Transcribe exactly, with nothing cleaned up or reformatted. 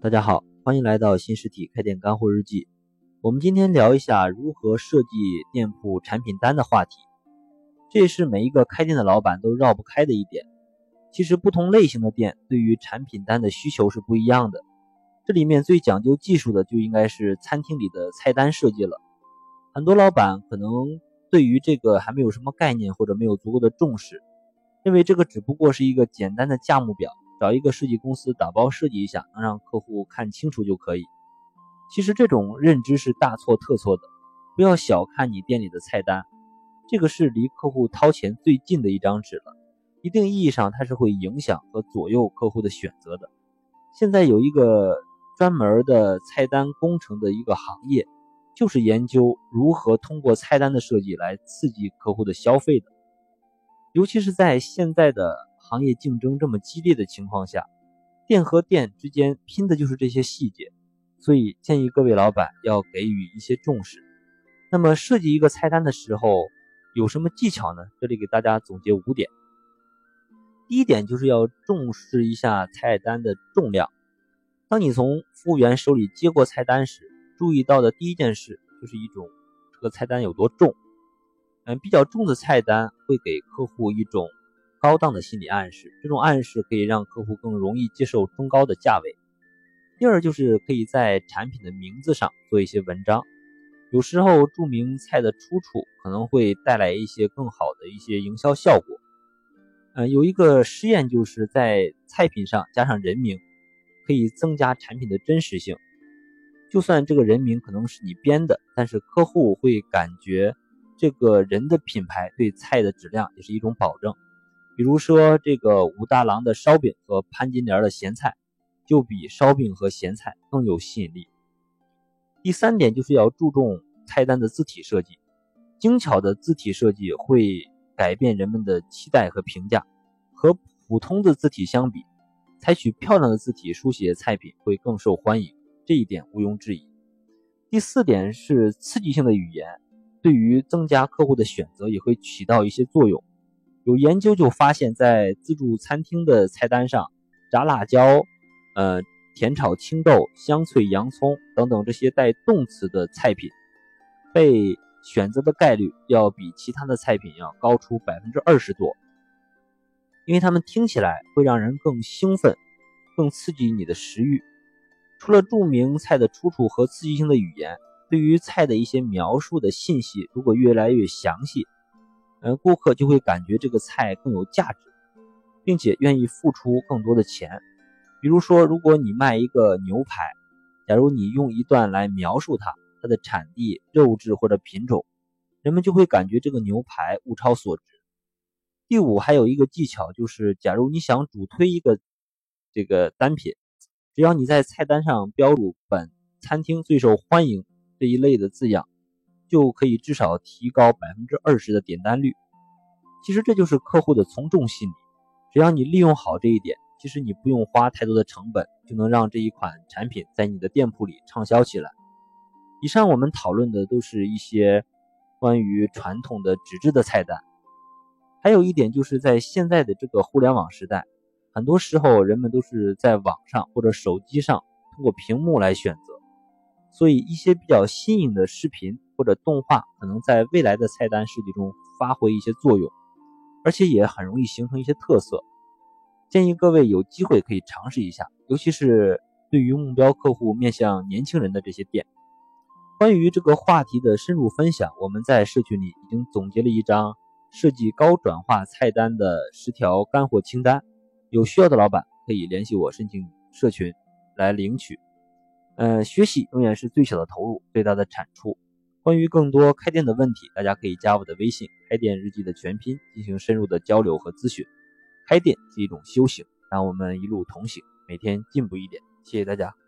大家好，欢迎来到新实体开店干货日记。我们今天聊一下如何设计店铺产品单的话题。这也是每一个开店的老板都绕不开的一点。其实不同类型的店对于产品单的需求是不一样的。这里面最讲究技术的就应该是餐厅里的菜单设计了。很多老板可能对于这个还没有什么概念，或者没有足够的重视，认为这个只不过是一个简单的价目表，找一个设计公司打包设计一下，能让客户看清楚就可以。其实这种认知是大错特错的。不要小看你店里的菜单，这个是离客户掏钱最近的一张纸了，一定意义上它是会影响和左右客户的选择的。现在有一个专门的菜单工程的一个行业，就是研究如何通过菜单的设计来刺激客户的消费的。尤其是在现在的行业竞争这么激烈的情况下，店和店之间拼的就是这些细节，所以建议各位老板要给予一些重视。那么设计一个菜单的时候有什么技巧呢？这里给大家总结五点。第一点就是要重视一下菜单的重量。当你从服务员手里接过菜单时，注意到的第一件事就是一种这个菜单有多重。嗯，比较重的菜单会给客户一种高档的心理暗示，这种暗示可以让客户更容易接受中高的价位。第二就是可以在产品的名字上做一些文章，有时候注明菜的出处可能会带来一些更好的一些营销效果。嗯，有一个实验就是在菜品上加上人名，可以增加产品的真实性。就算这个人名可能是你编的，但是客户会感觉这个人的品牌对菜的质量也是一种保证。比如说这个武大郎的烧饼和潘金莲的咸菜，就比烧饼和咸菜更有吸引力。第三点就是要注重菜单的字体设计，精巧的字体设计会改变人们的期待和评价。和普通的字体相比，采取漂亮的字体书写菜品会更受欢迎，这一点毋庸置疑。第四点是刺激性的语言，对于增加客户的选择也会起到一些作用。有研究就发现，在自助餐厅的菜单上，炸辣椒、呃甜炒青豆、香脆洋葱等等这些带动词的菜品，被选择的概率要比其他的菜品要高出 百分之二十 多。因为它们听起来会让人更兴奋，更刺激你的食欲。除了注明菜的出处和刺激性的语言，对于菜的一些描述的信息如果越来越详细，呃，顾客就会感觉这个菜更有价值，并且愿意付出更多的钱。比如说，如果你卖一个牛排，假如你用一段来描述它，它的产地、肉质或者品种，人们就会感觉这个牛排物超所值。第五，还有一个技巧，就是假如你想主推一个这个单品，只要你在菜单上标注本餐厅最受欢迎这一类的字样，就可以至少提高 百分之二十 的点单率。其实这就是客户的从众心理，只要你利用好这一点，其实你不用花太多的成本，就能让这一款产品在你的店铺里畅销起来。以上我们讨论的都是一些关于传统的纸质的菜单。还有一点就是在现在的这个互联网时代，很多时候人们都是在网上或者手机上通过屏幕来选择，所以一些比较新颖的视频或者动画可能在未来的菜单设计中发挥一些作用，而且也很容易形成一些特色。建议各位有机会可以尝试一下，尤其是对于目标客户面向年轻人的这些店。关于这个话题的深入分享，我们在社群里已经总结了一张设计高转化菜单的十条干货清单，有需要的老板可以联系我申请社群来领取。呃，学习永远是最小的投入，最大的产出。关于更多开店的问题，大家可以加我的微信开店日记的全拼进行深入的交流和咨询。开店是一种修行，让我们一路同行，每天进步一点。谢谢大家。